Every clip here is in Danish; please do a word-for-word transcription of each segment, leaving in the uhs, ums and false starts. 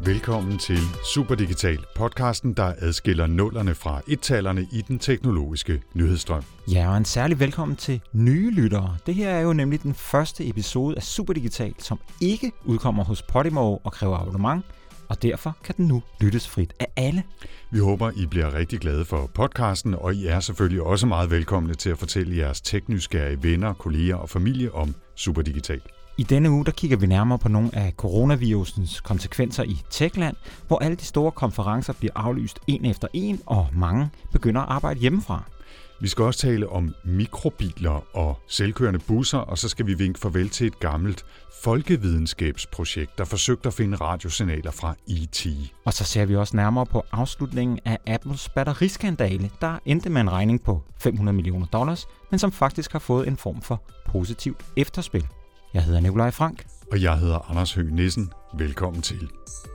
Velkommen til Superdigital, podcasten, der adskiller nullerne fra et-tallerne i den teknologiske nyhedsstrøm. Ja, og en særlig velkommen til nye lyttere. Det her er jo nemlig den første episode af Superdigital, som ikke udkommer hos Podimo og kræver abonnement, og derfor kan den nu lyttes frit af alle. Vi håber, I bliver rigtig glade for podcasten, og I er selvfølgelig også meget velkomne til at fortælle jeres teknysgerrige venner, kolleger og familie om Superdigital. I denne uge der kigger vi nærmere på nogle af coronavirusens konsekvenser i Techland, hvor alle de store konferencer bliver aflyst en efter en, og mange begynder at arbejde hjemmefra. Vi skal også tale om mikrobiler og selvkørende busser, og så skal vi vinke farvel til et gammelt folkevidenskabsprojekt, der forsøgte at finde radiosignaler fra E T Og så ser vi også nærmere på afslutningen af Apples batteriskandale, der endte med en regning på fem hundrede millioner dollars, men som faktisk har fået en form for positivt efterspil. Jeg hedder Nikolaj Frank. Og jeg hedder Anders Høgh Nissen. Velkommen til.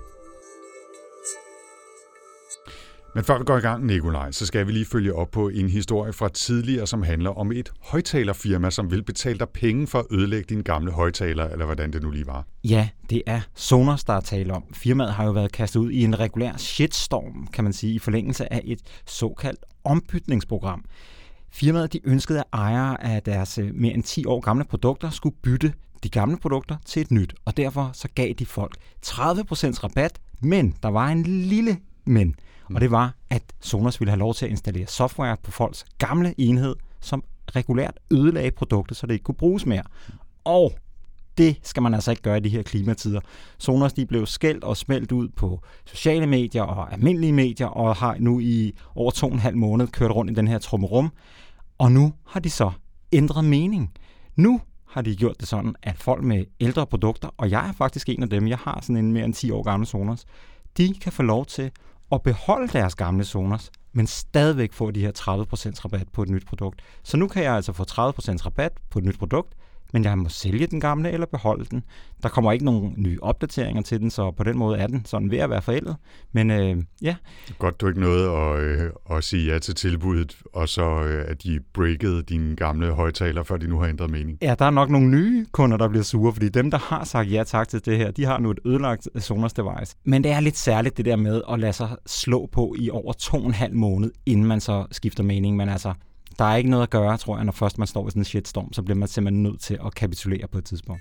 Men før vi går i gang, Nikolaj, så skal vi lige følge op på en historie fra tidligere, som handler om et højtalerfirma, som vil betale dig penge for at ødelægge dine gamle højtaler, eller hvordan det nu lige var. Ja, det er Sonos, der er tale om. Firmaet har jo været kastet ud i en regulær shitstorm, kan man sige, i forlængelse af et såkaldt ombytningsprogram. Firmaet de ønskede, at ejere af deres mere end ti år gamle produkter skulle bytte de gamle produkter til et nyt, og derfor så gav de folk tredive procent rabat, men der var en lille men, og det var, at Sonos ville have lov til at installere software på folks gamle enhed, som regulært ødelagde produktet, så det ikke kunne bruges mere. Og det skal man altså ikke gøre i de her klimatider. Sonos de blev skældt og smelt ud på sociale medier og almindelige medier, og har nu i over to og en halv måned kørt rundt i den her trummerum. Og nu har de så ændret mening. Nu har de gjort det sådan, at folk med ældre produkter, og jeg er faktisk en af dem, jeg har sådan en mere end ti år gammel Sonos, de kan få lov til at beholde deres gamle Sonos, men stadigvæk få de her tredive procent rabat på et nyt produkt. Så nu kan jeg altså få tredive procent rabat på et nyt produkt, men jeg må sælge den gamle eller beholde den. Der kommer ikke nogen nye opdateringer til den, så på den måde er den sådan ved at være forældet. Men øh, ja. Godt, du ikke nåede at, øh, at sige ja til tilbuddet, og så øh, at de breakede dine gamle højtaler, før de nu har ændret mening. Ja, der er nok nogle nye kunder, der bliver sure, fordi dem, der har sagt ja tak til det her, de har nu et ødelagt Sonos device. Men det er lidt særligt det der med at lade sig slå på i over to og en halv måned, inden man så skifter mening. Men altså, der er ikke noget at gøre, tror jeg, når først man står i sådan en shitstorm, så bliver man simpelthen nødt til at kapitulere på et tidspunkt.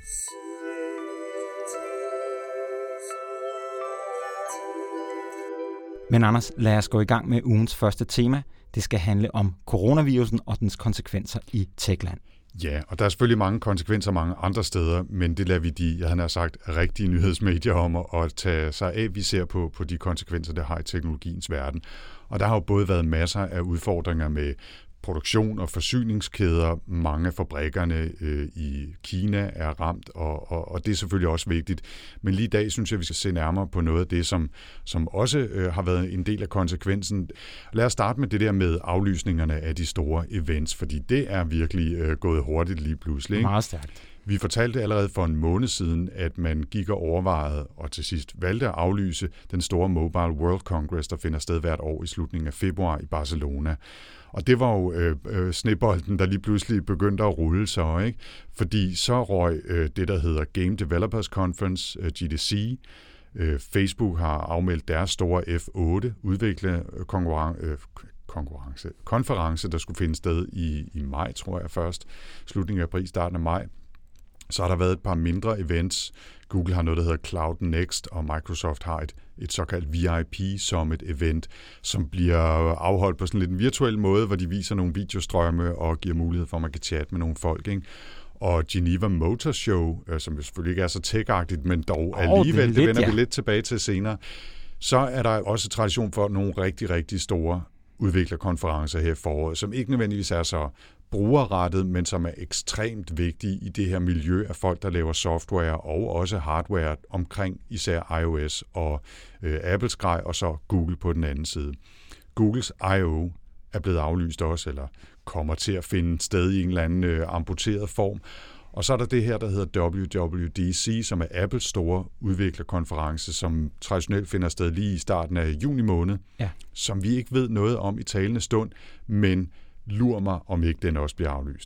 Men Anders, lad os gå i gang med ugens første tema. Det skal handle om coronavirusen og dens konsekvenser i Techland. Ja, og der er selvfølgelig mange konsekvenser mange andre steder, men det lader vi de, jeg havde sagt, rigtige nyhedsmedier om at tage sig af. Vi ser på, på de konsekvenser, det har i teknologiens verden. Og der har jo både været masser af udfordringer med produktion og forsyningskæder. Mange af fabrikkerne øh, i Kina er ramt, og, og, og det er selvfølgelig også vigtigt. Men lige i dag synes jeg, vi skal se nærmere på noget af det, som, som også øh, har været en del af konsekvensen. Lad os starte med det der med aflysningerne af de store events, fordi det er virkelig øh, gået hurtigt lige pludselig. Ikke? Meget stærkt. Vi fortalte allerede for en måned siden, at man gik og overvejede, og til sidst valgte at aflyse den store Mobile World Congress, der finder sted hvert år i slutningen af februar i Barcelona. Og det var jo øh, øh, snebolden, der lige pludselig begyndte at rulle så, ikke? Fordi så røg øh, det, der hedder Game Developers Conference, øh, G D C. Øh, Facebook har afmeldt deres store F otte udvikle konkurrence, øh, konkurrence, konference, der skulle finde sted i, i maj, tror jeg først. Slutningen af april, starten af maj. Så har der været et par mindre events. Google har noget, der hedder Cloud Next, og Microsoft har et, et såkaldt V I P Summit event, som bliver afholdt på sådan lidt en virtuel måde, hvor de viser nogle videostrømme og giver mulighed for, at man kan chatte med nogle folk, ikke? Og Geneva Motor Show, som jo selvfølgelig ikke er så tech-agtigt, men dog alligevel, oh, det, det vender ja. vi lidt tilbage til senere. Så er der også tradition for nogle rigtig, rigtig store udviklerkonferencer her i foråret, som ikke nødvendigvis er så brugerrettet, men som er ekstremt vigtige i det her miljø af folk, der laver software og også hardware omkring især iOS og øh, Apples grej, og så Google på den anden side. Googles I O er blevet aflyst også, eller kommer til at finde sted i en eller anden øh, amputeret form. Og så er der det her, der hedder W W D C, som er Apples store udviklerkonference, som traditionelt finder sted lige i starten af juni måned, ja. som vi ikke ved noget om i talende stund, men lur mig, om ikke den også bliver aflyst.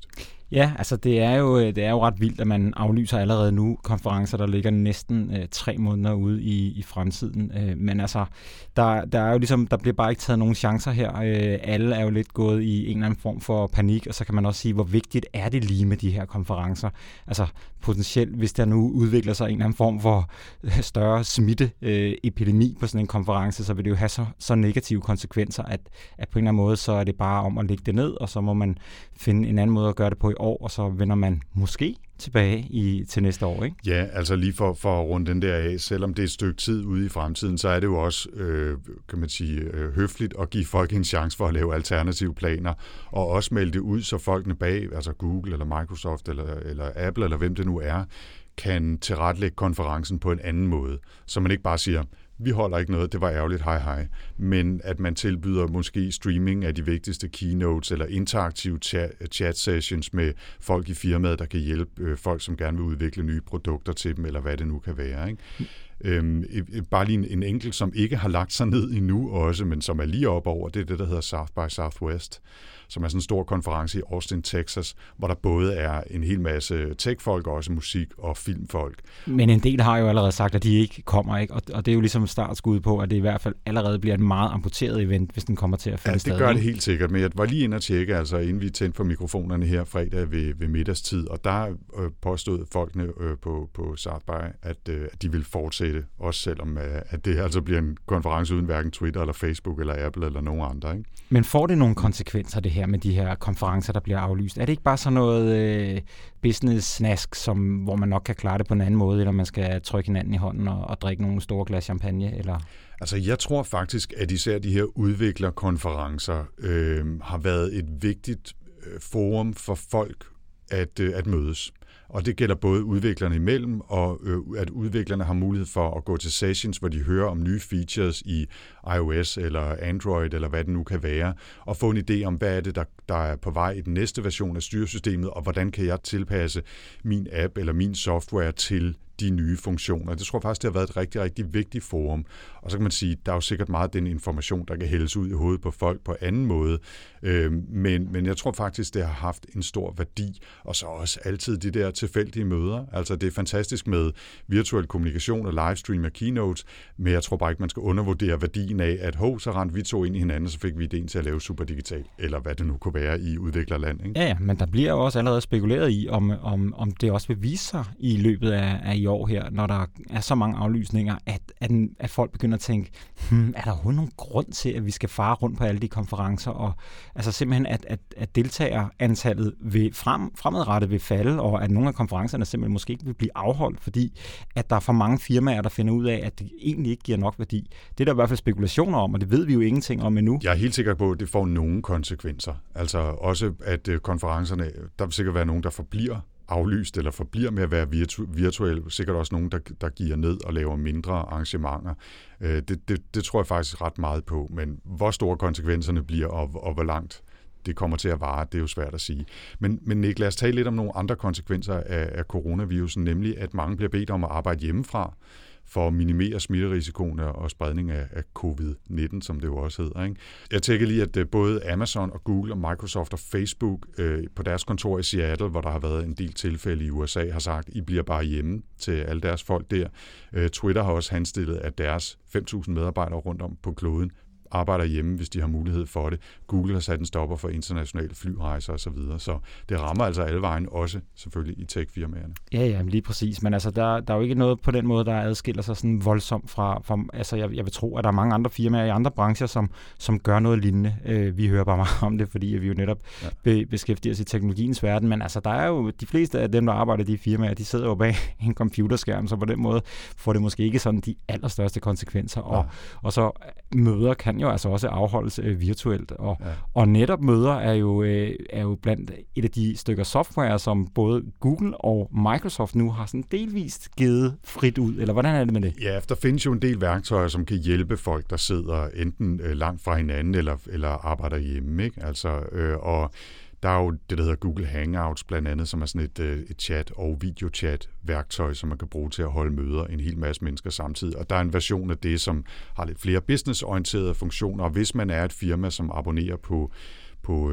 Ja, altså det er jo det er jo ret vildt, at man aflyser allerede nu konferencer, der ligger næsten øh, tre måneder ude i, i fremtiden. Øh, men altså, der, der er jo ligesom, der bliver bare ikke taget nogen chancer her. Øh, alle er jo lidt gået i en eller anden form for panik, og så kan man også sige, hvor vigtigt er det lige med de her konferencer. Altså potentielt, hvis der nu udvikler sig en eller anden form for større smitteepidemi øh, på sådan en konference, så vil det jo have så, så negative konsekvenser, at, at på en eller anden måde, så er det bare om at lægge det ned, og så må man finde en anden måde at gøre det på i år, og så vender man måske tilbage i, til næste år, ikke? Ja, altså lige for, for at runde den der af, selvom det er et stykke tid ude i fremtiden, så er det jo også, øh, kan man sige, øh, høfligt at give folk en chance for at lave alternative planer, og også melde det ud, så folkene bag, altså Google eller Microsoft eller, eller Apple eller hvem det nu er, kan tilrettelægge konferencen på en anden måde, så man ikke bare siger, vi holder ikke noget, det var ærgerligt, hej hej, men at man tilbyder måske streaming af de vigtigste keynotes eller interaktive chat sessions med folk i firmaet, der kan hjælpe folk, som gerne vil udvikle nye produkter til dem, eller hvad det nu kan være, ikke? Øhm, bare lige en, en enkelt, som ikke har lagt sig ned endnu også, men som er lige op over, det er det, der hedder South by Southwest, som er sådan en stor konference i Austin, Texas, hvor der både er en hel masse tech-folk, og også musik- og filmfolk. Men en del har jo allerede sagt, at de ikke kommer, ikke? Og, og det er jo ligesom startskud på, at det i hvert fald allerede bliver et meget amputeret event, hvis den kommer til at finde sted. Ja, det gør det helt sikkert, men jeg var lige inde og tjekke, altså inden vi tændte for mikrofonerne her fredag ved, ved middagstid, og der øh, påstod folkene øh, på, på South by, at, øh, at de vil fortsætte, også selvom øh, at det altså bliver en konference uden hverken Twitter eller Facebook eller Apple eller nogen andre, ikke? Men får det nogle konsekvenser, det her med de her konferencer, der bliver aflyst? Er det ikke bare sådan noget øh, business-snask, som, hvor man nok kan klare det på en anden måde, eller man skal trykke hinanden i hånden og, og drikke nogle store glas champagne? Eller? Altså, jeg tror faktisk, at især de her udviklerkonferencer øh, har været et vigtigt øh, forum for folk at, øh, at mødes. Og det gælder både udviklerne imellem, og øh, at udviklerne har mulighed for at gå til sessions, hvor de hører om nye features i iOS eller Android, eller hvad det nu kan være, og få en idé om, hvad er det, der, der er på vej i den næste version af styresystemet, og hvordan kan jeg tilpasse min app eller min software til de nye funktioner. Det tror jeg faktisk, det har været et rigtig, rigtig vigtigt forum. Og så kan man sige, der er jo sikkert meget den information, der kan hældes ud i hovedet på folk på anden måde. Øh, men, men jeg tror faktisk, det har haft en stor værdi. Og så også altid de der tilfældige møder. Altså det er fantastisk med virtuel kommunikation og livestream og keynotes, men jeg tror bare ikke, man skal undervurdere værdien af, at hov, så rendte vi to ind i hinanden, så fik vi idéen til at lave superdigital, eller hvad det nu kunne være i udviklerland, ikke? Ja, ja, men der bliver jo også allerede spekuleret i, om, om, om det også vil vise sig i løbet af, af i år her, når der er så mange aflysninger, at, at, at folk begynder at tænke, hmm, er der overhovedet nogen grund til, at vi skal fare rundt på alle de konferencer, og altså simpelthen, at, at, at deltagerantallet vil frem, fremadrettet vil falde, og at nogle af konferencerne simpelthen måske ikke vil blive afholdt, fordi at der er for mange firmaer, der finder ud af, at det egentlig ikke giver nok værdi. Det er der i hvert fald spekulationer om, og det ved vi jo ingenting om endnu. Jeg er helt sikker på, at det får nogle konsekvenser. Altså også, at konferencerne, der vil sikkert være nogen, der forbliver aflyst eller forbliver med at være virtu- virtuel. Sikkert også nogen, der, der giver ned og laver mindre arrangementer. Øh, det, det, det tror jeg faktisk ret meget på, men hvor store konsekvenserne bliver, og, og hvor langt det kommer til at vare, det er jo svært at sige. Men, men Nick, lad os tale lidt om nogle andre konsekvenser af, af coronavirusen, nemlig at mange bliver bedt om at arbejde hjemmefra for at minimere smitterisikoen og spredning af, af covid nitten, som det jo også hedder, ikke? Jeg tænker lige, at både Amazon og Google og Microsoft og Facebook øh, på deres kontor i Seattle, hvor der har været en del tilfælde i U S A, har sagt, I bliver bare hjemme til alle deres folk der. Øh, Twitter har også henstillet, at deres fem tusind medarbejdere rundt om på kloden arbejder hjemme, hvis de har mulighed for det. Google har sat en stopper for internationale flyrejser osv., så, videre. Så det rammer altså alle vejen, også selvfølgelig i tech-firmaerne. Ja, ja, lige præcis. Men altså, der, der er jo ikke noget på den måde, der adskiller sig sådan voldsomt fra... fra altså, jeg, jeg vil tro, at der er mange andre firmaer i andre brancher, som, som gør noget lignende. Øh, vi hører bare meget om det, fordi vi jo netop ja. be, beskæftiger os i teknologiens verden. Men altså, der er jo de fleste af dem, der arbejder i de firmaer, de sidder jo bag en computerskærm, så på den måde får det måske ikke sådan de allerstørste konsekvenser. Ja. Og, og så møder kan jo altså også afholdes øh, virtuelt. Og, ja. og netop møder er jo, øh, er jo blandt et af de stykker software, som både Google og Microsoft nu har sådan delvist givet frit ud. Eller hvordan er det med det? Ja, der findes jo en del værktøjer, som kan hjælpe folk, der sidder enten øh, langt fra hinanden eller, eller arbejder hjemme, ikke? Altså, øh, og der er jo det, der hedder Google Hangouts blandt andet, som er sådan et, et chat- og videochat-værktøj, som man kan bruge til at holde møder en hel masse mennesker samtidig. Og der er en version af det, som har lidt flere businessorienterede funktioner. Og hvis man er et firma, som abonnerer på, på øh,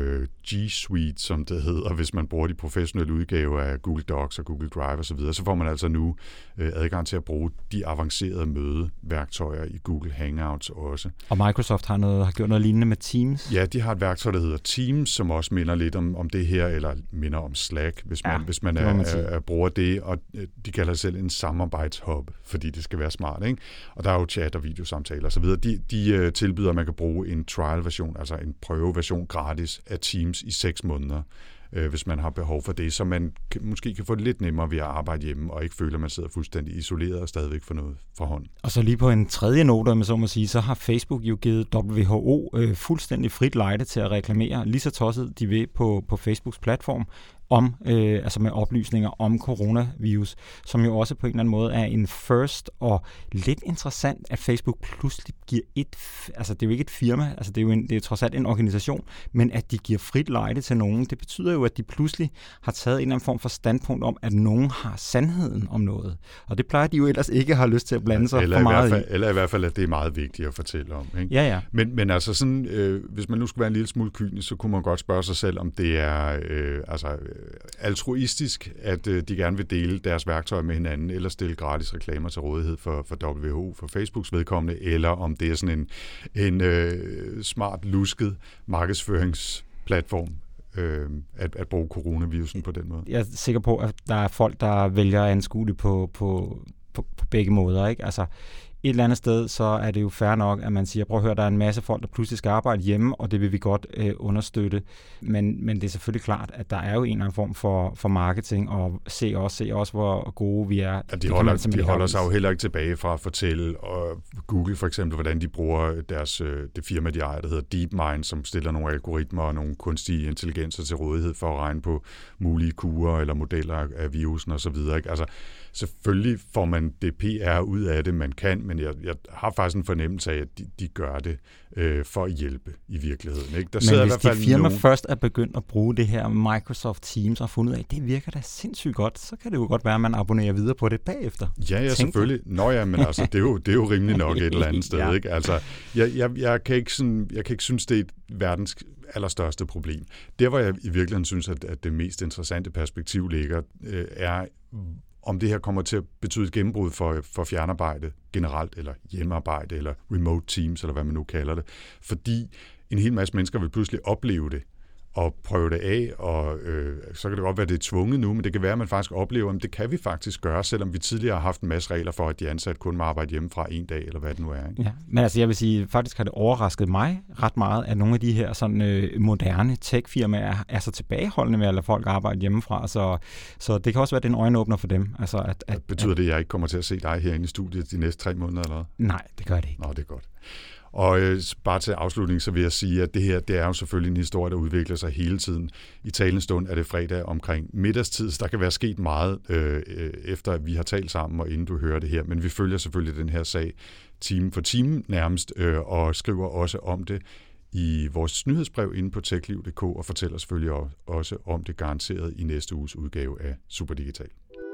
G Suite, som det hedder, hvis man bruger de professionelle udgaver af Google Docs og Google Drive osv., så, så får man altså nu øh, adgang til at bruge de avancerede mødeværktøjer i Google Hangouts også. Og Microsoft har, noget, har gjort noget lignende med Teams? Ja, de har et værktøj, der hedder Teams, som også minder lidt om, om det her, eller minder om Slack, hvis man, ja, hvis man, er, man er, er, bruger det, og de kalder det selv en samarbejdshub, fordi det skal være smart, ikke? Og der er jo chat og videosamtaler osv. De, de tilbyder, at man kan bruge en trial-version, altså en prøveversion gratis af Teams i seks måneder, øh, hvis man har behov for det, så man kan, måske kan få det lidt nemmere ved at arbejde hjemme, og ikke føle, at man sidder fuldstændig isoleret og stadigvæk får noget fra hånden. Og så lige på en tredje note, med så må sige, så har Facebook jo givet W H O øh, fuldstændig frit lejde til at reklamere lige så tosset de vil på, på Facebooks platform, om, øh, altså med oplysninger om coronavirus, som jo også på en eller anden måde er en first, og lidt interessant, at Facebook pludselig giver et, altså det er jo ikke et firma, altså det er jo en, det er trods alt en organisation, men at de giver frit lejde til nogen, det betyder jo, at de pludselig har taget en eller anden form for standpunkt om, at nogen har sandheden om noget. Og det plejer de jo ellers ikke at have lyst til at blande sig eller for meget i. Fald, i. Eller i hvert fald, at det er meget vigtigt at fortælle om. Ikke? Ja, ja. Men, men altså sådan, øh, hvis man nu skulle være en lille smule kynisk, så kunne man godt spørge sig selv, om det er øh, altså altruistisk, at øh, de gerne vil dele deres værktøjer med hinanden, eller stille gratis reklamer til rådighed for, for W H O, for Facebooks vedkommende, eller om det er sådan en, en øh, smart, lusket markedsføringsplatform, øh, at, at bruge coronavirusen på den måde. Jeg er sikker på, at der er folk, der vælger at anskue det på, på, på, på begge måder, ikke? Altså, et eller andet sted, så er det jo fair nok, at man siger, prøv at høre, der er en masse folk, der pludselig skal arbejde hjemme, og det vil vi godt øh, understøtte. Men, men det er selvfølgelig klart, at der er jo en eller anden form for, for marketing, og se også, se også, hvor gode vi er. Ja, de holder, de holder sig jo heller ikke tilbage fra at fortælle, og Google for eksempel, hvordan de bruger deres, det firma, de ejer, der hedder DeepMind, som stiller nogle algoritmer og nogle kunstige intelligenser til rådighed for at regne på mulige kurer eller modeller af virusen osv. Altså, selvfølgelig får man det P R ud af det, man kan, men jeg, jeg har faktisk en fornemmelse af, at de, de gør det øh, for at hjælpe i virkeligheden. Ikke? Der men hvis i hvert fald de firma nogen... først er begyndt at bruge det her Microsoft Teams og fundet ud af, at det virker da sindssygt godt, så kan det jo godt være, at man abonnerer videre på det bagefter. Ja, ja, selvfølgelig. Nå ja, men altså, det er jo, det er jo rimelig nok et eller andet sted. Ja. Ikke? Altså, jeg, jeg, jeg, kan ikke sådan, jeg kan ikke synes, det er verdens allerstørste problem. Der, hvor jeg i virkeligheden synes, at, at det mest interessante perspektiv ligger, øh, er om det her kommer til at betyde et gennembrud for, for fjernarbejde generelt, eller hjemmearbejde, eller remote teams, eller hvad man nu kalder det. Fordi en hel masse mennesker vil pludselig opleve det, og prøve det af, og øh, så kan det godt være, at det er tvunget nu, men det kan være, at man faktisk oplever, at det kan vi faktisk gøre, selvom vi tidligere har haft en masse regler for, at de ansatte kun må arbejde hjemmefra en dag, eller hvad det nu er. Ikke? Ja, men altså jeg vil sige, faktisk har det overrasket mig ret meget, at nogle af de her sådan øh, moderne tech-firmaer er så tilbageholdende med at lade folk arbejde hjemmefra, så, så det kan også være, det er en øjenåbner for dem. Altså, at, at, Betyder at, det, at jeg ikke kommer til at se dig herinde i studiet de næste tre måneder, eller hvad? Nej, det gør det ikke. Nå, det er godt. Og øh, bare til afslutning, så vil jeg sige, at det her, det er jo selvfølgelig en historie, der udvikler sig hele tiden. I talende stund er det fredag omkring middagstid, så der kan være sket meget, øh, efter at vi har talt sammen, og inden du hører det her. Men vi følger selvfølgelig den her sag time for time nærmest, øh, og skriver også om det i vores nyhedsbrev inde på techliv punktum d k, og fortæller selvfølgelig også om det garanteret i næste uges udgave af Superdigital.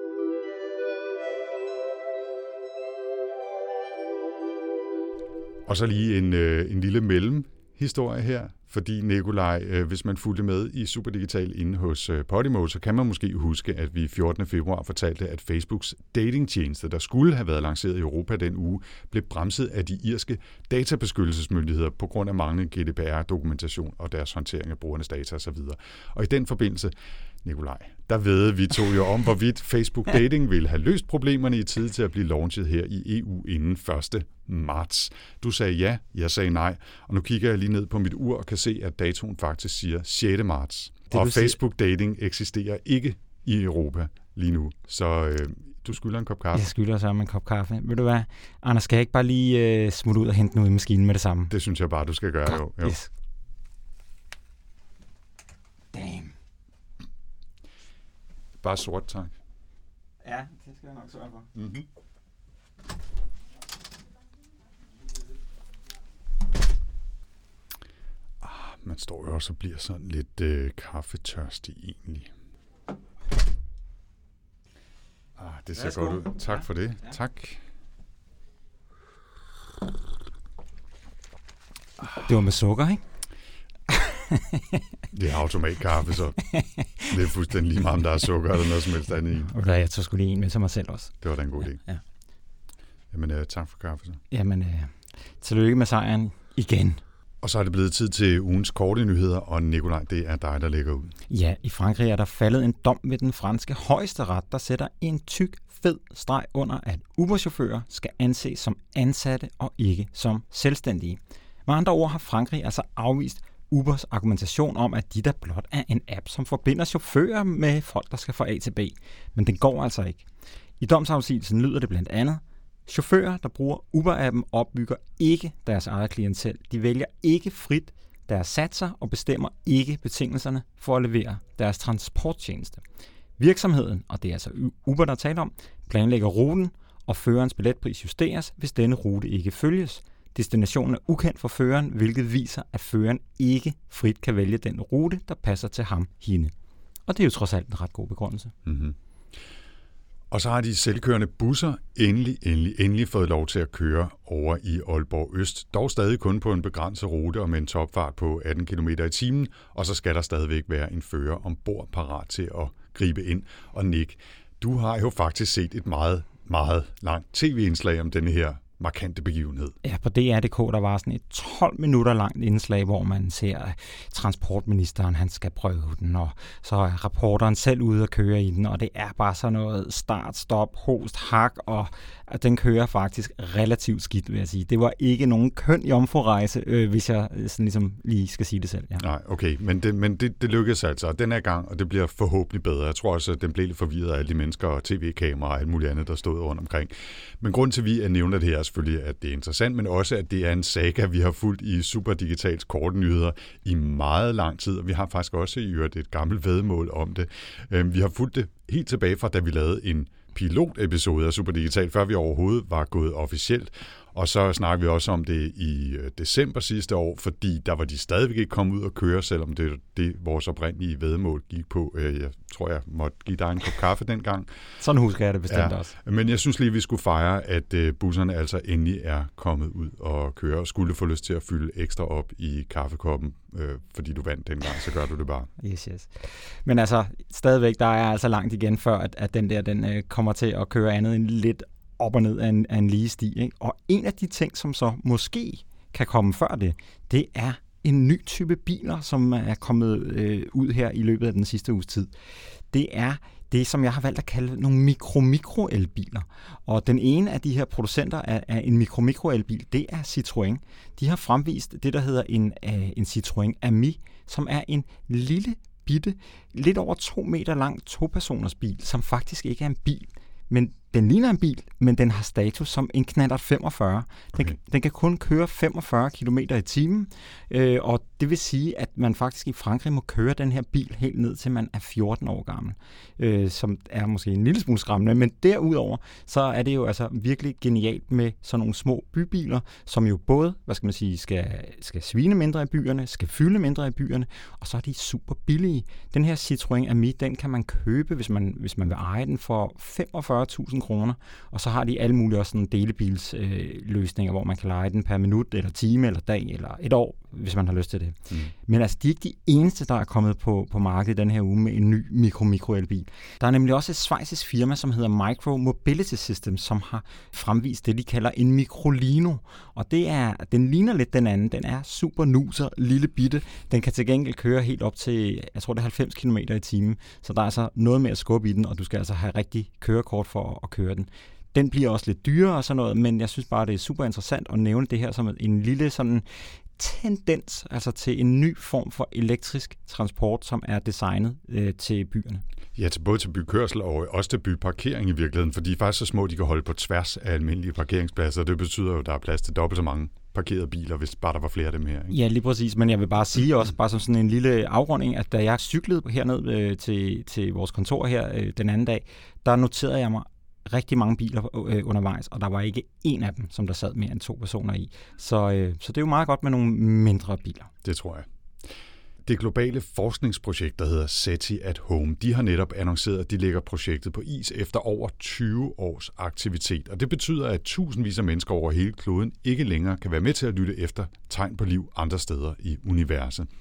Og så lige en, øh, en lille mellemhistorie her, fordi Nikolaj, øh, hvis man fulgte med i Superdigital inde hos øh, Podimo, så kan man måske huske, at vi fjortende februar fortalte, at Facebooks datingtjeneste, der skulle have været lanceret i Europa den uge, blev bremset af de irske databeskyttelsesmyndigheder på grund af manglende G D P R-dokumentation og deres håndtering af brugernes data osv. Og i den forbindelse, Nikolaj, der ved vi to jo om, hvorvidt Facebook Dating ville have løst problemerne i tid til at blive launchet her i E U inden første marts. Du sagde ja, jeg sagde nej, og nu kigger jeg lige ned på mit ur og kan se, at datoen faktisk siger sjette marts. Og Facebook Dating eksisterer ikke i Europa lige nu, så øh, du skylder en kop kaffe. Jeg skylder sammen en kop kaffe. Ved du hvad, Anders, skal jeg ikke bare lige øh, smutte ud og hente den ud i maskinen med det samme? Det synes jeg bare, du skal gøre, jo. jo. Yes. Damn. Bare sort, tak. Ja, det skal jeg nok sørge for. Mm-hmm. Ah, man står jo også og bliver sådan lidt øh, kaffetørstig egentlig. Ah, det ser godt ud. Tak ja. for det. Ja. Tak. Det var med sukker, ikke? Det er automatkaffe, så det er fuldstændig lige meget, om der er sukker eller noget som helst andet i. Og der jeg tager sgu lige en med til mig selv også. Det var da en god idé. Ja. Jamen, uh, tak for kaffe så. Jamen, uh, tillykke med sejren igen. Og så er det blevet tid til ugens korte nyheder, og Nikolaj, det er dig, der lægger ud. Ja, i Frankrig er der faldet en dom ved den franske højesteret, der sætter en tyk, fed streg under, at Uber-chauffører skal anses som ansatte og ikke som selvstændige. Med andre ord har Frankrig altså afvist Ubers argumentation om, at de der blot er en app, som forbinder chauffører med folk, der skal fra A til B. Men den går altså ikke. I domsafsigelsen lyder det blandt andet: chauffører, der bruger Uber-appen, opbygger ikke deres eget klientel. De vælger ikke frit deres satser og bestemmer ikke betingelserne for at levere deres transporttjeneste. Virksomheden, og det er altså Uber, der taler om, planlægger ruten, og førerens billetpris justeres, hvis denne rute ikke følges. Destinationen er ukendt for føreren, hvilket viser, at føreren ikke frit kan vælge den rute, der passer til ham, hende. Og det er jo trods alt en ret god begrundelse. Mm-hmm. Og så har de selvkørende busser endelig, endelig, endelig fået lov til at køre over i Aalborg Øst. Dog stadig kun på en begrænset rute og med en topfart på atten kilometer i timen. Og så skal der stadigvæk være en fører ombord parat til at gribe ind. Og Nick, du har jo faktisk set et meget, meget langt tv-indslag om denne her markante begivenhed. Ja, på D R punktum D K, der var sådan et tolv minutter langt indslag, hvor man ser, at transportministeren, han skal prøve den, og så er reporteren selv ude at køre i den, og det er bare sådan noget start, stop, host, hak, og den kører faktisk relativt skidt, vil jeg sige. Det var ikke nogen køn jomfrurejse, øh, hvis jeg sådan ligesom lige skal sige det selv. Ja. Nej, okay, men det, men det, det lykkedes altså, og den er i gang, og det bliver forhåbentlig bedre. Jeg tror også, at den blev lidt forvirret af alle de mennesker og tv-kameraer og alt muligt andet, der stod rundt omkring. Men grunden til, at vi nævner det her, er selvfølgelig, at det er interessant, men også, at det er en saga, vi har fulgt i Superdigitals korte nyheder i meget lang tid, og vi har faktisk også i øvrigt et gammelt væddemål om det. Vi har fulgt det helt tilbage fra, da vi lavede en pilotepisode af Superdigital, før vi overhovedet var gået officielt. Og så snakker vi også om det i december sidste år, fordi der var de stadigvæk ikke kommet ud og køre, selvom det, det vores oprindelige væddemål gik på. Jeg tror, jeg måtte give dig en kop kaffe dengang. Sådan husker jeg det bestemt ja, også. Men jeg synes lige, vi skulle fejre, at busserne altså endelig er kommet ud og køre, og skulle få lyst til at fylde ekstra op i kaffekoppen, øh, fordi du vandt dengang, så gør du det bare. Yes, yes. Men altså, stadigvæk, der er altså langt igen, før at, at den der, den øh, kommer til at køre andet end lidt op og ned af en, af en lige sti. Ikke? Og en af de ting, som så måske kan komme før det, det er en ny type biler, som er kommet øh, ud her i løbet af den sidste uges tid. Det er det, som jeg har valgt at kalde nogle mikro-mikro-elbiler. Og den ene af de her producenter af, af en mikro-mikro-elbil, det er Citroën. De har fremvist det, der hedder en, uh, en Citroën Ami, som er en lille bitte, lidt over to meter lang to-personers bil, som faktisk ikke er en bil. Men den ligner en bil, men den har status som en Knallert femogfyrre. Den, okay. den kan kun køre femogfyrre kilometer i timen, øh, og det vil sige, at man faktisk i Frankrig må køre den her bil helt ned til man er fjorten år gammel, øh, som er måske en lille smule skræmmende, men derudover, så er det jo altså virkelig genialt med sådan nogle små bybiler, som jo både, hvad skal man sige, skal, skal svine mindre i byerne, skal fylde mindre i byerne, og så er de super billige. Den her Citroën Ami, den kan man købe, hvis man, hvis man vil eje den, for femogfyrre tusind kroner, og så har de alle mulige også sådan delebilsløsninger, øh, hvor man kan leje den per minut, eller time, eller dag, eller et år, hvis man har lyst til det. Mm. Men altså, de er ikke de eneste, der er kommet på, på markedet den her uge med en ny mikro-mikro-elbil. Der er nemlig også et schweizisk firma, som hedder Micro Mobility Systems, som har fremvist det, de kalder en Microlino. Og det er, den ligner lidt den anden. Den er super nuser, lille bitte. Den kan til gengæld køre helt op til, jeg tror det er halvfems kilometer i timen. Så der er altså noget med at skubbe i den, og du skal altså have rigtig kørekort for at køre den. Den bliver også lidt dyrere og sådan noget, men jeg synes bare, det er super interessant at nævne det her som en lille sådan tendens, altså til en ny form for elektrisk transport, som er designet øh, til byerne. Ja, til både til bykørsel og også til byparkering i virkeligheden, for de er faktisk så små, de kan holde på tværs af almindelige parkeringspladser. Det betyder jo, at der er plads til dobbelt så mange parkerede biler, hvis bare der var flere af dem her. Ikke? Ja, lige præcis, men jeg vil bare sige også, bare som sådan en lille afrunding, at da jeg cyklede herned øh, til, til vores kontor her øh, den anden dag, der noterede jeg mig rigtig mange biler øh, undervejs, og der var ikke én af dem, som der sad mere end to personer i. Så, øh, så det er jo meget godt med nogle mindre biler. Det tror jeg. Det globale forskningsprojekt, der hedder SETI at Home, de har netop annonceret, at de lægger projektet på is efter over tyve års aktivitet. Og det betyder, at tusindvis af mennesker over hele kloden ikke længere kan være med til at lytte efter tegn på liv andre steder i universet.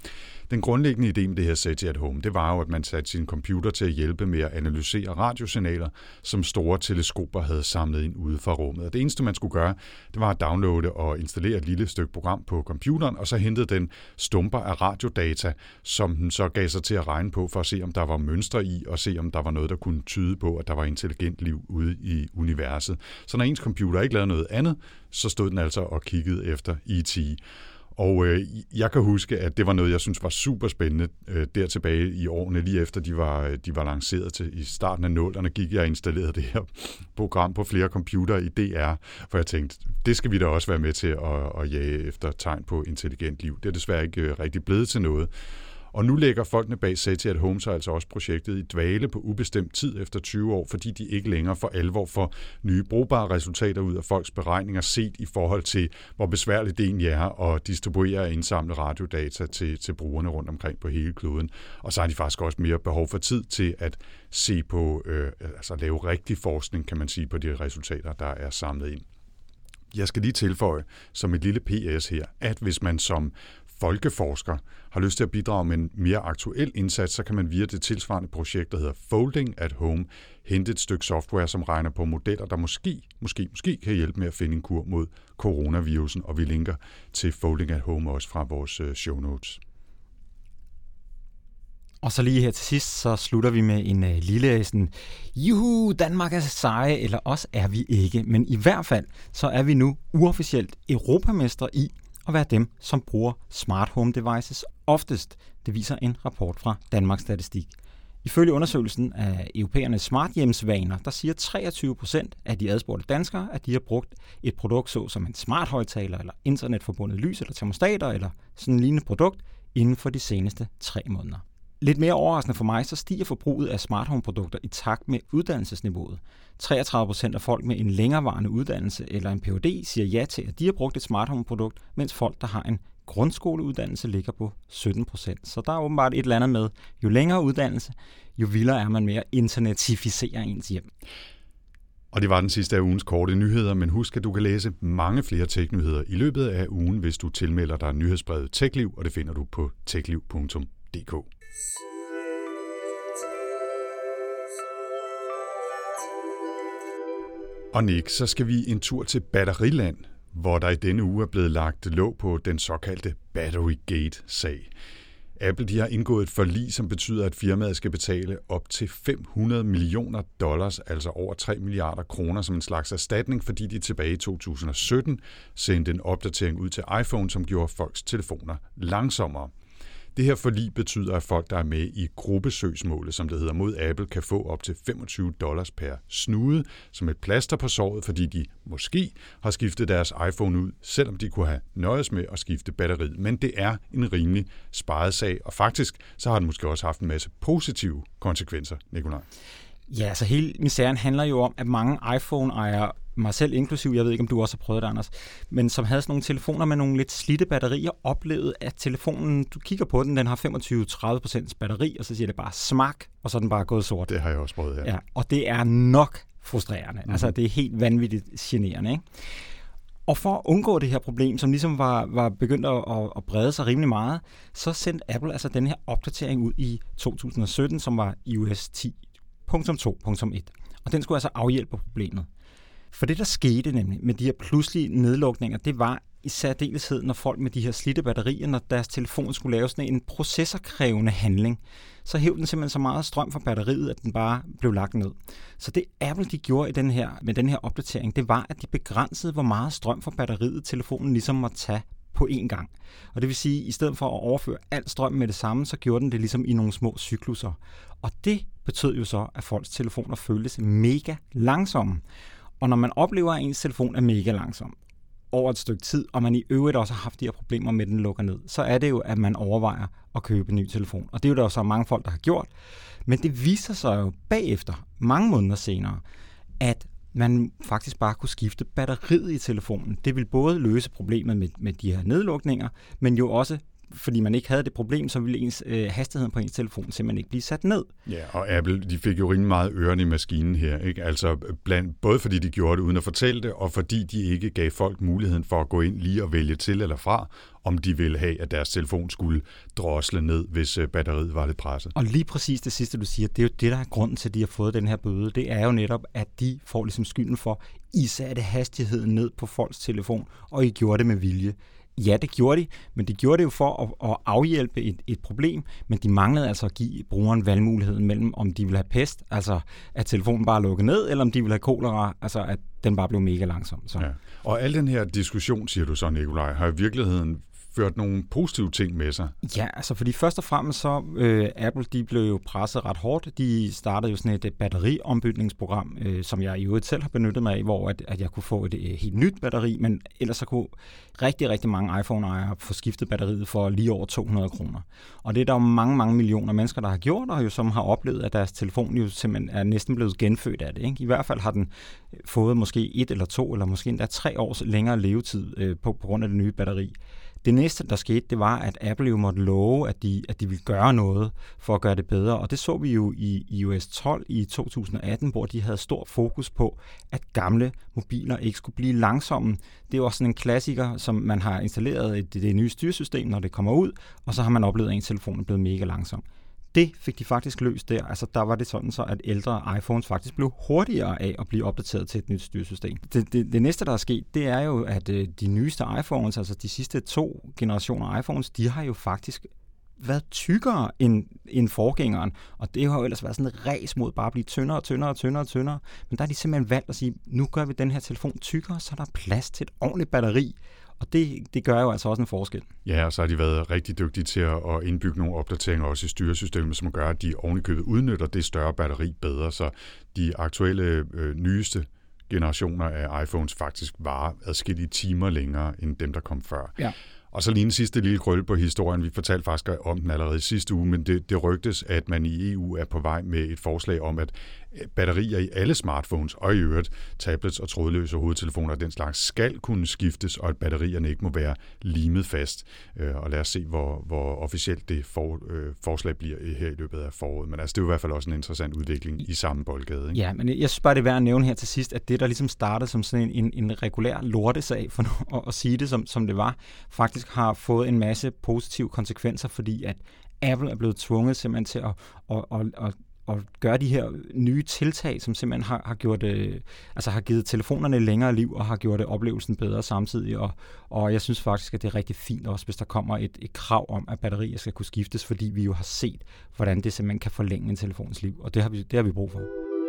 Den grundlæggende idé med det her SETI at Home, det var jo, at man satte sin computer til at hjælpe med at analysere radiosignaler, som store teleskoper havde samlet ind ude fra rummet. Og det eneste, man skulle gøre, det var at downloade og installere et lille stykke program på computeren, og så hentede den stumper af radiodata, som den så gav sig til at regne på, for at se, om der var mønstre i, og se, om der var noget, der kunne tyde på, at der var intelligent liv ude i universet. Så når ens computer ikke lavede noget andet, så stod den altså og kiggede efter E T Og øh, jeg kan huske, at det var noget, jeg synes var super spændende øh, der tilbage i årene, lige efter de var, de var lanceret til. I starten af nullerne gik jeg og installerede det her program på flere computere i D R, for jeg tænkte, det skal vi da også være med til at, at jage efter tegn på intelligent liv. Det er desværre ikke øh, rigtig blevet til noget. Og nu lægger folkene bag SETI at Home så altså også projektet i dvale på ubestemt tid efter tyve år, fordi de ikke længere for alvor får nye brugbare resultater ud af folks beregninger, set i forhold til, hvor besværligt det egentlig er at distribuere og indsamle radiodata til, til brugerne rundt omkring på hele kloden. Og så har de faktisk også mere behov for tid til at se på, øh, altså lave rigtig forskning, kan man sige, på de resultater, der er samlet ind. Jeg skal lige tilføje som et lille P S her, at hvis man som folkeforsker har lyst til at bidrage med en mere aktuel indsats, så kan man via det tilsvarende projekt, der hedder Folding at Home, hente et stykke software, som regner på modeller, der måske, måske, måske kan hjælpe med at finde en kur mod coronavirusen, og vi linker til Folding at Home også fra vores show notes. Og så lige her til sidst, så slutter vi med en uh, lille sådan, juhu, Danmark er seje, eller også er vi ikke. Men i hvert fald, så er vi nu uofficielt europamestre i at være dem, som bruger smart home devices oftest. Det viser en rapport fra Danmarks Statistik. Ifølge undersøgelsen af europæernes smarthjemsvaner, der siger treogtyve procent af de adspurgte danskere, at de har brugt et produkt så som en smarthøjtaler, eller internetforbundet lys, eller termostater, eller sådan en lignende produkt, inden for de seneste tre måneder. Lidt mere overraskende for mig, så stiger forbruget af smart home produkter i takt med uddannelsesniveauet. treogtredive procent af folk med en længerevarende uddannelse eller en P H D siger ja til, at de har brugt et smart home produkt, mens folk, der har en grundskoleuddannelse, ligger på sytten procent. Så der er åbenbart et eller andet med, jo længere uddannelse, jo vildere er man med at internetificere ens hjem. Og det var den sidste af ugens korte nyheder, men husk, at du kan læse mange flere tech-nyheder i løbet af ugen, hvis du tilmelder dig nyhedsbrevet TechLiv, og det finder du på techliv punktum d k. Og Nick, så skal vi en tur til batteriland, hvor der i denne uge er blevet lagt låg på den såkaldte Batterygate-sag. Apple de har indgået et forlig, som betyder, at firmaet skal betale op til fem hundrede millioner dollars, altså over tre milliarder kroner, som en slags erstatning, fordi de tilbage i to tusind og sytten sendte en opdatering ud til iPhone, som gjorde folks telefoner langsommere. Det her forlig betyder, at folk, der er med i gruppesøgsmålet, som det hedder, mod Apple, kan få op til femogtyve dollars per snude som et plaster på såret, fordi de måske har skiftet deres iPhone ud, selvom de kunne have nøjes med at skifte batteriet. Men det er en rimelig sparet sag, og faktisk så har den måske også haft en masse positive konsekvenser, Nikolaj. Ja, så hele misæren handler jo om, at mange iPhone-ejere, mig selv inklusiv, jeg ved ikke, om du også har prøvet det, Anders, men som havde sådan nogle telefoner med nogle lidt slidte batterier, oplevede, at telefonen, du kigger på den, den har femogtyve til tredive procent batteri, og så siger det bare smak, og så er den bare gået sort. Det har jeg også prøvet, ja. ja og det er nok frustrerende. Mm-hmm. Altså, det er helt vanvittigt generende, ikke? Og for at undgå det her problem, som ligesom var, var begyndt at, at brede sig rimelig meget, så sendte Apple altså den her opdatering ud i to tusind og sytten, som var i O S ti punktum to punktum et. Og den skulle altså afhjælpe problemet. For det, der skete nemlig med de her pludselige nedlukninger, det var i særdeleshed, når folk med de her slidte batterier, når deres telefon skulle lave sådan en processorkrævende handling, så hævde den simpelthen så meget strøm fra batteriet, at den bare blev lagt ned. Så det Apple de gjorde i den her, med den her opdatering, det var, at de begrænsede, hvor meget strøm fra batteriet telefonen ligesom måtte tage på én gang. Og det vil sige, at i stedet for at overføre al strøm med det samme, så gjorde den det ligesom i nogle små cykluser. Og det betød jo så, at folks telefoner føltes mega langsomme. Og når man oplever, at ens telefon er mega langsom over et stykke tid, og man i øvrigt også har haft de her problemer med, at den lukker ned, så er det jo, at man overvejer at købe en ny telefon. Og det er jo der så mange folk, der har gjort. Men det viser sig jo bagefter, mange måneder senere, at man faktisk bare kunne skifte batteriet i telefonen. Det vil både løse problemet med, med de her nedlukninger, men jo også fordi man ikke havde det problem, så ville ens øh, hastigheden på ens telefon simpelthen ikke blive sat ned. Ja, og Apple, de fik jo rimelig meget ørerne i maskinen her, ikke? Altså blandt, både fordi de gjorde det uden at fortælle det, og fordi de ikke gav folk muligheden for at gå ind lige og vælge til eller fra, om de ville have, at deres telefon skulle drosle ned, hvis batteriet var lidt presset. Og lige præcis det sidste, du siger, det er jo det, der er grunden til, at de har fået den her bøde. Det er jo netop, at de får ligesom skylden for, I satte hastigheden ned på folks telefon, og I gjorde det med vilje. Ja, det gjorde de, men de gjorde det jo for at, at afhjælpe et, et problem, men de manglede altså at give brugeren valgmuligheden mellem, om de ville have pest, altså at telefonen bare lukkede ned, eller om de ville have kolera, altså at den bare blev mega langsom. Så. Ja. Og al den her diskussion, siger du så, Nikolaj, har i virkeligheden ført nogle positive ting med sig. Ja, altså fordi først og fremmest så, øh, Apple, de blev jo presset ret hårdt. De startede jo sådan et batteriombytningsprogram, øh, som jeg i øvrigt selv har benyttet mig af, hvor at, at jeg kunne få et, et helt nyt batteri, men ellers så kunne rigtig, rigtig mange iPhone-ejere få skiftet batteriet for lige over to hundrede kroner. Og det er der jo mange, mange millioner mennesker, der har gjort, og jo som har oplevet, at deres telefon jo simpelthen er næsten blevet genfødt af det. Ikke? I hvert fald har den fået måske et eller to, eller måske endda tre års længere levetid øh, på, på grund af det nye batteri. Det næste, der skete, det var, at Apple jo måtte love, at de, at de ville gøre noget for at gøre det bedre. Og det så vi jo i i iOS tolv i to tusind atten, hvor de havde stor fokus på, at gamle mobiler ikke skulle blive langsomme. Det er jo også sådan en klassiker, som man har installeret i det, det nye styresystem, når det kommer ud, og så har man oplevet, at ens telefon er blevet mega langsom. Det fik de faktisk løst der. Altså, der var det sådan så, at ældre iPhones faktisk blev hurtigere af at blive opdateret til et nyt styresystem. Det, det, det næste, der er sket, det er jo, at øh, de nyeste iPhones, altså de sidste to generationer af iPhones, de har jo faktisk været tykkere end, end forgængeren. Og det har jo ellers været sådan et ræs mod bare at blive tyndere og tyndere og tyndere og tyndere. Men der har de simpelthen valgt at sige, nu gør vi den her telefon tykkere, så der er plads til et ordentligt batteri. Og det, det gør jo altså også en forskel. Ja, og så har de været rigtig dygtige til at indbygge nogle opdateringer også i styresystemet, som gør, at de ovenikøbet udnytter det større batteri bedre, så de aktuelle øh, nyeste generationer af iPhones faktisk varer adskillige timer længere end dem, der kom før. Ja. Og så lige en sidste lille krølle på historien. Vi fortalte faktisk om den allerede i sidste uge, men det, det rygtes, at man i E U er på vej med et forslag om, at batterier i alle smartphones og i øvrigt tablets og trådløse hovedtelefoner og den slags skal kunne skiftes, og at batterierne ikke må være limet fast. Og lad os se, hvor, hvor officielt det for, øh, forslag bliver her i løbet af foråret. Men altså, det er jo i hvert fald også en interessant udvikling i samme boldgade. Ikke? Ja, men jeg synes bare, det er værd at nævne her til sidst, at det, der ligesom startede som sådan en, en regulær lortesag, for at, at sige det, som, som det var, faktisk har fået en masse positive konsekvenser, fordi at Apple er blevet tvunget simpelthen til at, at, at, at og gøre de her nye tiltag, som simpelthen har, har gjort det, altså har givet telefonerne længere liv og har gjort det oplevelsen bedre samtidig. Og, og jeg synes faktisk, at det er rigtig fint også, hvis der kommer et, et krav om, at batterier skal kunne skiftes, fordi vi jo har set, hvordan det simpelthen kan forlænge en telefons liv, og det har vi, det har vi brug for.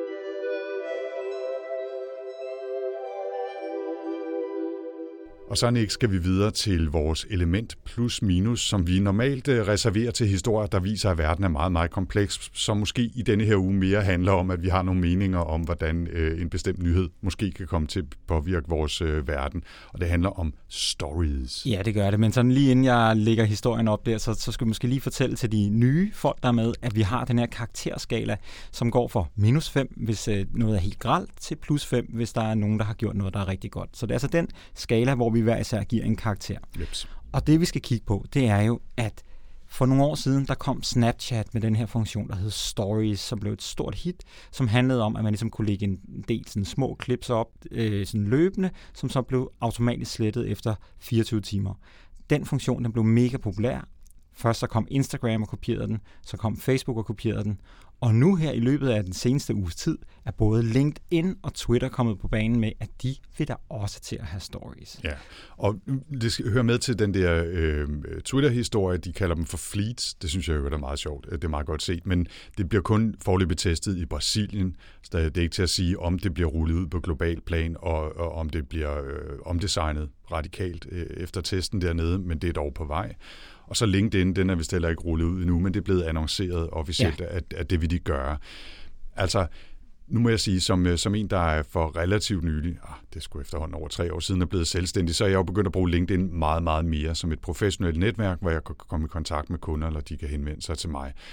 Og så, Nick, skal vi videre til vores element plus minus, som vi normalt reserverer til historier, der viser, at verden er meget, meget kompleks, som måske i denne her uge mere handler om, at vi har nogle meninger om, hvordan øh, en bestemt nyhed måske kan komme til at påvirke vores øh, verden. Og det handler om stories. Ja, det gør det. Men sådan lige inden jeg lægger historien op der, så, så skal vi måske lige fortælle til de nye folk, der er med, at vi har den her karakterskala, som går fra minus fem, hvis øh, noget er helt grelt, til plus fem, hvis der er nogen, der har gjort noget, der er rigtig godt. Så det er altså den skala, hvor vi hver især giver en karakter. Jeps. Og det vi skal kigge på, det er jo, at for nogle år siden, der kom Snapchat med den her funktion, der hed Stories, som blev et stort hit, som handlede om, at man ligesom kunne lægge en del sådan små clips op, øh, sådan løbende, som så blev automatisk slettet efter fireogtyve timer. Den funktion, den blev mega populær. Først så kom Instagram og kopierede den, så kom Facebook og kopierede den, og nu her i løbet af den seneste uges tid, er både LinkedIn og Twitter kommet på banen med, at de vil da også til at have stories. Ja, og det skal høre med til den der øh, Twitter-historie, de kalder dem for fleets. Det synes jeg jo er meget sjovt. Det er meget godt set, men det bliver kun foreløbigt testet i Brasilien. Så det er ikke til at sige, om det bliver rullet ud på global plan, og, og om det bliver øh, omdesignet radikalt øh, efter testen dernede, men det er dog på vej. Og så LinkedIn, den er vist heller ikke rullet ud endnu, men det er blevet annonceret officielt, ja. at, at det vil de gøre. Altså, nu må jeg sige, som, som en, der er for relativt nylig, ah, det skulle efterhånden over tre år siden, er blevet selvstændig, så er jeg jo begyndt at bruge LinkedIn meget, meget mere som et professionelt netværk, hvor jeg kan komme i kontakt med kunder, eller de kan henvende sig til mig.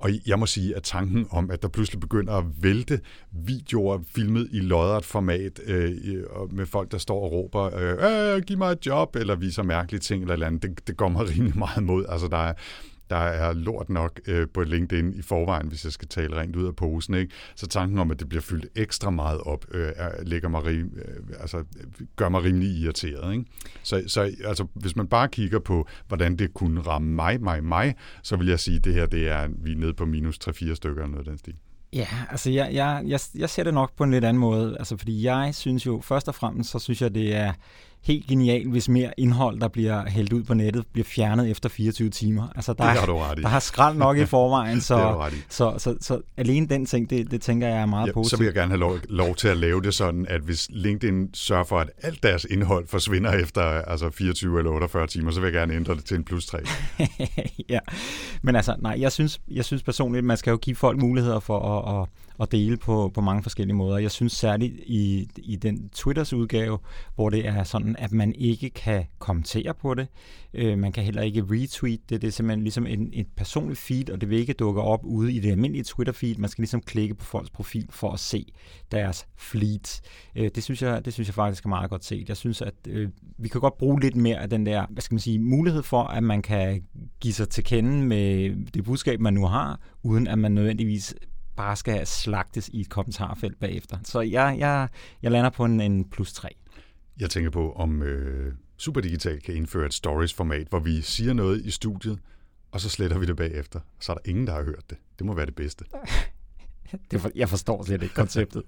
Og jeg må sige, at tanken om, at der pludselig begynder at vælte videoer filmet i lodret format øh, med folk, der står og råber, øh, giv mig et job, eller viser mærkelige ting eller, eller andet, det, det går mig rimelig meget imod. Altså, der er, der er lort nok øh, på LinkedIn i forvejen, hvis jeg skal tale rent ud af posen, ikke? Så tanken om, at det bliver fyldt ekstra meget op, øh, ligger mig rim, øh, altså, gør mig rimelig irriteret, ikke? Så, så altså, hvis man bare kigger på, hvordan det kunne ramme mig, mig, mig, så vil jeg sige, at det her, det er, vi er nede på minus tre fire stykker eller noget af den stil. Ja, altså jeg, jeg, jeg, jeg ser det nok på en lidt anden måde, altså fordi jeg synes jo, først og fremmest, så synes jeg, det er helt genialt, hvis mere indhold, der bliver hældt ud på nettet, bliver fjernet efter fireogtyve timer. Altså der, har der har skrald nok i forvejen, så, i. så, så, så alene den ting, det, det tænker jeg er meget ja, positivt. Så vil jeg gerne have lov, lov til at lave det sådan, at hvis LinkedIn sørger for, at alt deres indhold forsvinder efter altså fireogtyve eller otteogfyrre timer, så vil jeg gerne ændre det til en plus tre. Ja, men altså, nej, jeg synes, jeg synes personligt, at man skal jo give folk muligheder for at, at, at dele på, på mange forskellige måder. Jeg synes særligt i, i den Twitters udgave, hvor det er sådan, at man ikke kan kommentere på det. Øh, man kan heller ikke retweet det. Det er simpelthen ligesom en, et personligt feed, og det vil ikke dukke op ude i det almindelige Twitter-feed. Man skal ligesom klikke på folks profil for at se deres fleets. Øh, det, synes jeg, det synes jeg faktisk er meget godt set. Jeg synes, at øh, vi kan godt bruge lidt mere af den der, hvad skal man sige, mulighed for, at man kan give sig til kende med det budskab, man nu har, uden at man nødvendigvis bare skal slagtes i et kommentarfelt bagefter. Så jeg, jeg, jeg lander på en, en plus tre. Jeg tænker på, om øh, Superdigital kan indføre et stories-format, hvor vi siger noget i studiet, og så sletter vi det bagefter. Så er der ingen, der har hørt det. Det må være det bedste. det for, jeg forstår slet ikke konceptet.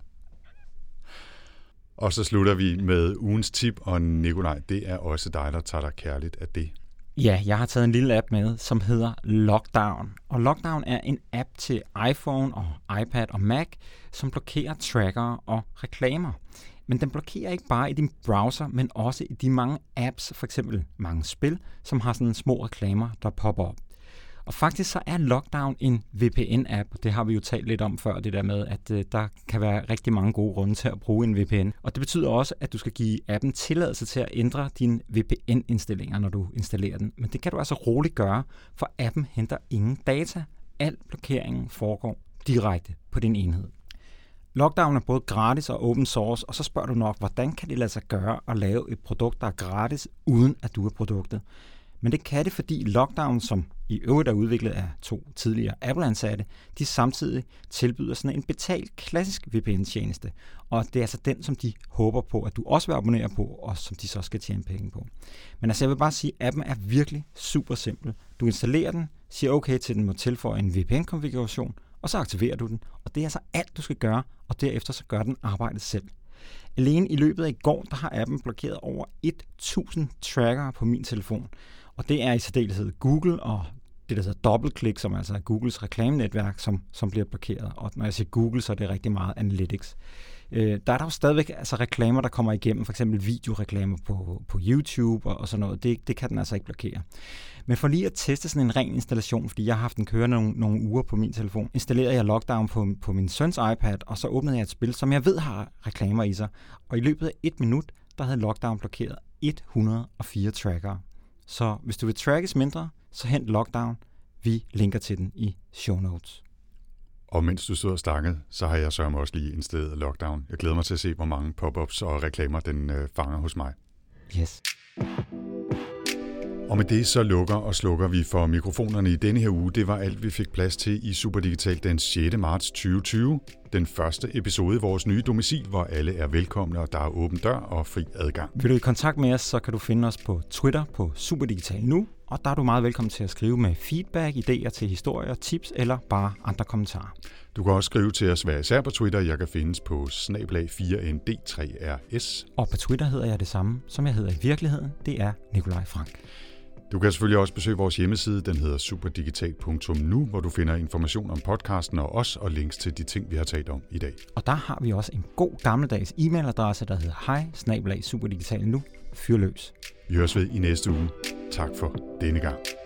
Og så slutter vi med ugens tip, og Nikolaj, det er også dig, der tager dig kærligt af det. Ja, jeg har taget en lille app med, som hedder Lockdown. Og Lockdown er en app til iPhone og iPad og Mac, som blokerer trackere og reklamer. Men den blokerer ikke bare i din browser, men også i de mange apps, for eksempel mange spil, som har sådan små reklamer, der popper op. Og faktisk så er Lockdown en V P N-app, og det har vi jo talt lidt om før, det der med, at øh, der kan være rigtig mange gode grunde til at bruge en V P N. Og det betyder også, at du skal give appen tilladelse til at ændre dine V P N-indstillinger, når du installerer den. Men det kan du altså roligt gøre, for appen henter ingen data. Al blokeringen foregår direkte på din enhed. Lockdown er både gratis og open source, og så spørger du nok, hvordan kan det lade sig gøre at lave et produkt, der er gratis, uden at du er produktet? Men det kan det, fordi Lockdown, som i øvrigt er udviklet af to tidligere Apple-ansatte, de samtidig tilbyder sådan en betalt klassisk V P N-tjeneste. Og det er altså den, som de håber på, at du også vil abonnere på, og som de så skal tjene penge på. Men altså jeg vil bare sige, at appen er virkelig super simpel. Du installerer den, siger okay til, at den må tilføje en V P N-konfiguration, og så aktiverer du den. Og det er altså alt, du skal gøre, og derefter så gør den arbejdet selv. Alene i løbet af i går, der har appen blokeret over tusind trackere på min telefon. Og det er i særdeleshed Google og det, der hedder DoubleClick, som altså er Googles reklamenetværk, som, som bliver blokeret. Og når jeg siger Google, så er det rigtig meget Analytics. Øh, der er der jo stadigvæk altså reklamer, der kommer igennem, for eksempel videoreklamer på, på YouTube og, og sådan noget. Det, det kan den altså ikke blokere. Men for lige at teste sådan en ren installation, fordi jeg har haft den kørende nogle, nogle uger på min telefon, installerede jeg Lockdown på, på min søns iPad, og så åbnede jeg et spil, som jeg ved har reklamer i sig. Og i løbet af et minut, der havde Lockdown blokeret et hundrede og fire trackere. Så hvis du vil trackes mindre, så hent Lockdown. Vi linker til den i show notes. Og mens du stod og snakkede, så har jeg sørget også lige installeret Lockdown. Jeg glæder mig til at se, hvor mange pop-ups og reklamer den øh, fanger hos mig. Yes. Og med det så lukker og slukker vi for mikrofonerne i denne her uge. Det var alt, vi fik plads til i Superdigital den sjette marts tyve tyve. Den første episode i vores nye domicil, hvor alle er velkomne, og der er åben dør og fri adgang. Vil du i kontakt med os, så kan du finde os på Twitter på Superdigital nu, og der er du meget velkommen til at skrive med feedback, idéer til historier, tips eller bare andre kommentarer. Du kan også skrive til os hver især på Twitter. Jeg kan findes på snabel-a fire N D tre R S. Og på Twitter hedder jeg det samme, som jeg hedder i virkeligheden. Det er Nikolaj Frank. Du kan selvfølgelig også besøge vores hjemmeside, den hedder superdigital punktum nu, hvor du finder information om podcasten og os og links til de ting, vi har talt om i dag. Og der har vi også en god gammeldags e-mailadresse, der hedder hej snabel-a superdigital nu. Fyr løs. Vi høres ved i næste uge. Tak for denne gang.